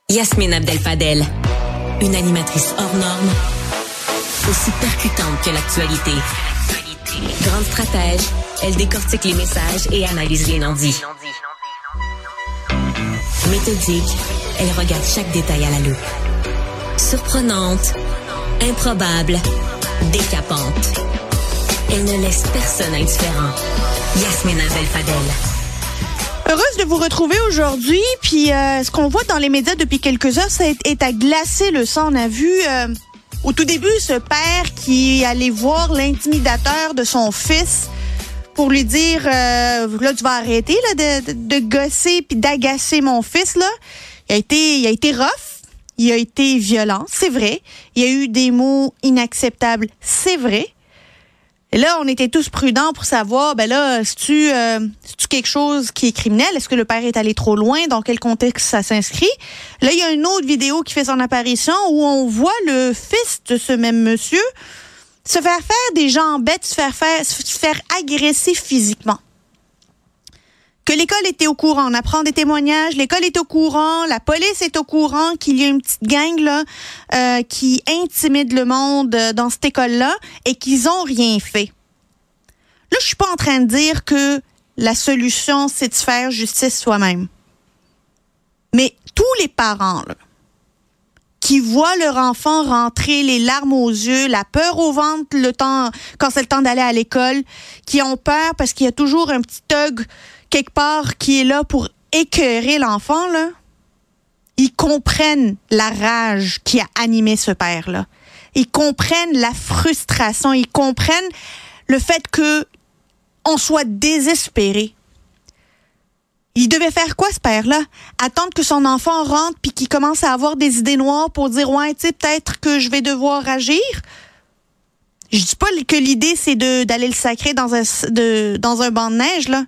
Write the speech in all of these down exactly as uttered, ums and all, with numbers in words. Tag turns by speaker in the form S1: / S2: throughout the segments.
S1: Yasmine Abdel-Fadel, une animatrice hors norme, aussi percutante que l'actualité. Grande stratège, elle décortique les messages et analyse les non-dits. Méthodique, elle regarde chaque détail à la loupe. Surprenante, improbable, décapante. Elle ne laisse personne indifférent. Yasmine Abdel-Fadel.
S2: Heureuse de vous retrouver aujourd'hui, puis euh, ce qu'on voit dans les médias depuis quelques heures, ça est à glacer le sang. On a vu euh, au tout début ce père qui allait voir l'intimidateur de son fils pour lui dire euh, là tu vas arrêter là de, de, de gosser puis d'agacer mon fils là. Il a été il a été rough, il a été violent, c'est vrai. Il y a eu des mots inacceptables, c'est vrai. Et là, on était tous prudents pour savoir, ben là, c'est-tu, euh, c'est-tu quelque chose qui est criminel? Est-ce que le père est allé trop loin? Dans quel contexte ça s'inscrit? Là, il y a une autre vidéo qui fait son apparition où on voit le fils de ce même monsieur se faire faire des jambettes, se faire faire, se faire agresser physiquement. Que l'école était au courant, on apprend des témoignages, l'école est au courant, la police est au courant qu'il y a une petite gang là euh, qui intimide le monde dans cette école-là et qu'ils ont rien fait. Là, je suis pas en train de dire que la solution, c'est de se faire justice soi-même. Mais tous les parents là, qui voient leur enfant rentrer les larmes aux yeux, la peur au ventre le temps quand c'est le temps d'aller à l'école, qui ont peur parce qu'il y a toujours un petit thug quelque part qui est là pour écœurer l'enfant, là, ils comprennent la rage qui a animé ce père-là. Ils comprennent la frustration. Ils comprennent le fait que on soit désespéré. Il devait faire quoi, ce père-là? Attendre que son enfant rentre puis qu'il commence à avoir des idées noires pour dire « Ouais, tu sais, peut-être que je vais devoir agir ». Je dis pas que l'idée, c'est de d'aller le sacrer dans un, de, dans un banc de neige, là.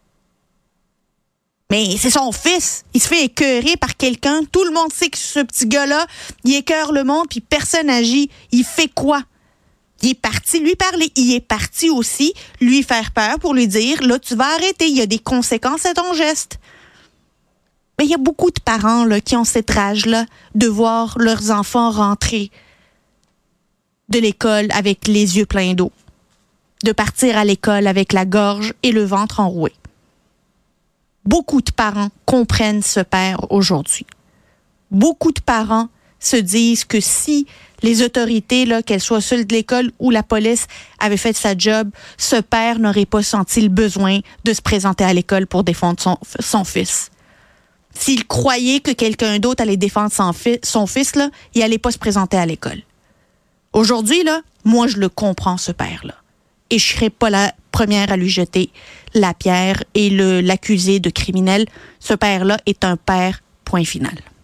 S2: Mais c'est son fils. Il se fait écœurer par quelqu'un. Tout le monde sait que ce petit gars-là, il écœure le monde, puis personne n'agit. Il fait quoi? Il est parti lui parler. Il est parti aussi lui faire peur pour lui dire, là, tu vas arrêter. Il y a des conséquences à ton geste. Mais il y a beaucoup de parents là, qui ont cette rage-là de voir leurs enfants rentrer de l'école avec les yeux pleins d'eau. De partir à l'école avec la gorge et le ventre enroué. Beaucoup de parents comprennent ce père aujourd'hui. Beaucoup de parents se disent que si les autorités, là, qu'elles soient celles de l'école ou la police, avaient fait sa job, ce père n'aurait pas senti le besoin de se présenter à l'école pour défendre son, son fils. S'il croyait que quelqu'un d'autre allait défendre son, fi- son fils, là, il n'allait pas se présenter à l'école. Aujourd'hui, là, moi, je le comprends, ce père-là. Et je ne serais pas la première à lui jeter la pierre et le, l'accuser de criminel. Ce père-là est un père, point final.